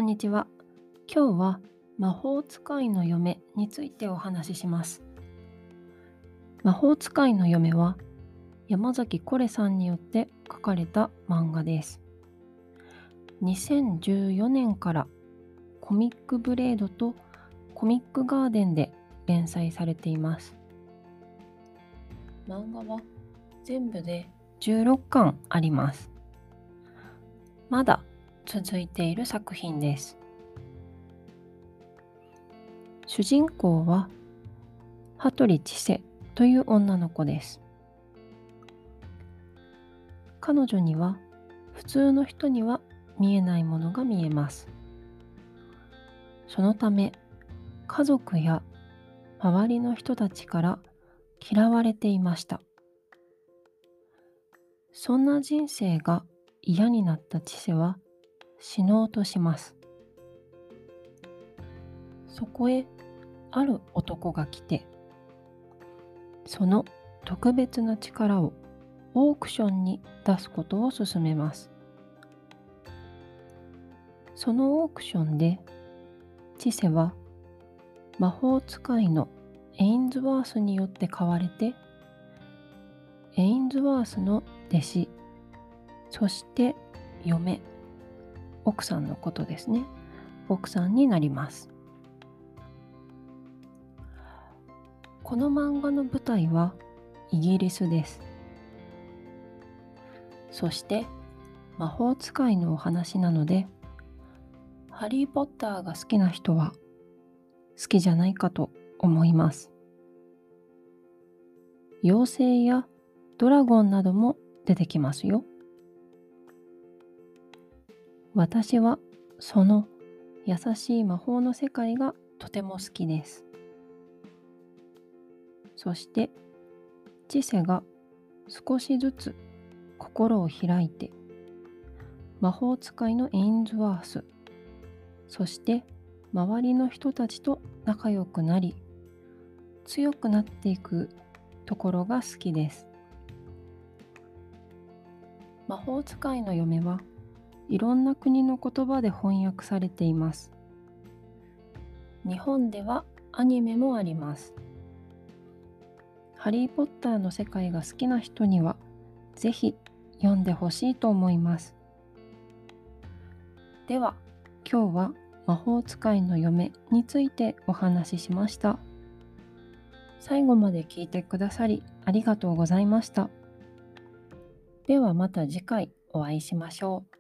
にちは。今日は魔法使いの嫁についてお話しします。魔法使いの嫁は山崎コレさんによって書かれた漫画です。2014年からコミックブレードとコミックガーデンで連載されています。漫画は全部で16巻あります。まだ続いている作品です。主人公は羽鳥千世という女の子です。彼女には普通の人には見えないものが見えます。そのため家族や周りの人たちから嫌われていました。そんな人生が嫌になった千世は死のうとします。そこへある男が来て、その特別な力をオークションに出すことを勧めます。そのオークションで千世は魔法使いのエインズワースによって買われて、エインズワースの弟子、そして嫁、奥さんのことですね。奥さんになります。この漫画の舞台はイギリスです。そして魔法使いのお話なので、ハリー・ポッターが好きな人は好きじゃないかと思います。妖精やドラゴンなども出てきますよ。私はその優しい魔法の世界がとても好きです。そして知世が少しずつ心を開いて魔法使いのエインズワース、そして周りの人たちと仲良くなり強くなっていくところが好きです。魔法使いの嫁はいろんな国の言葉で翻訳されています。日本ではアニメもあります。ハリー・ポッターの世界が好きな人にはぜひ読んでほしいと思います。では今日は魔法使いの嫁についてお話ししました。最後まで聞いてくださりありがとうございました。ではまた次回お会いしましょう。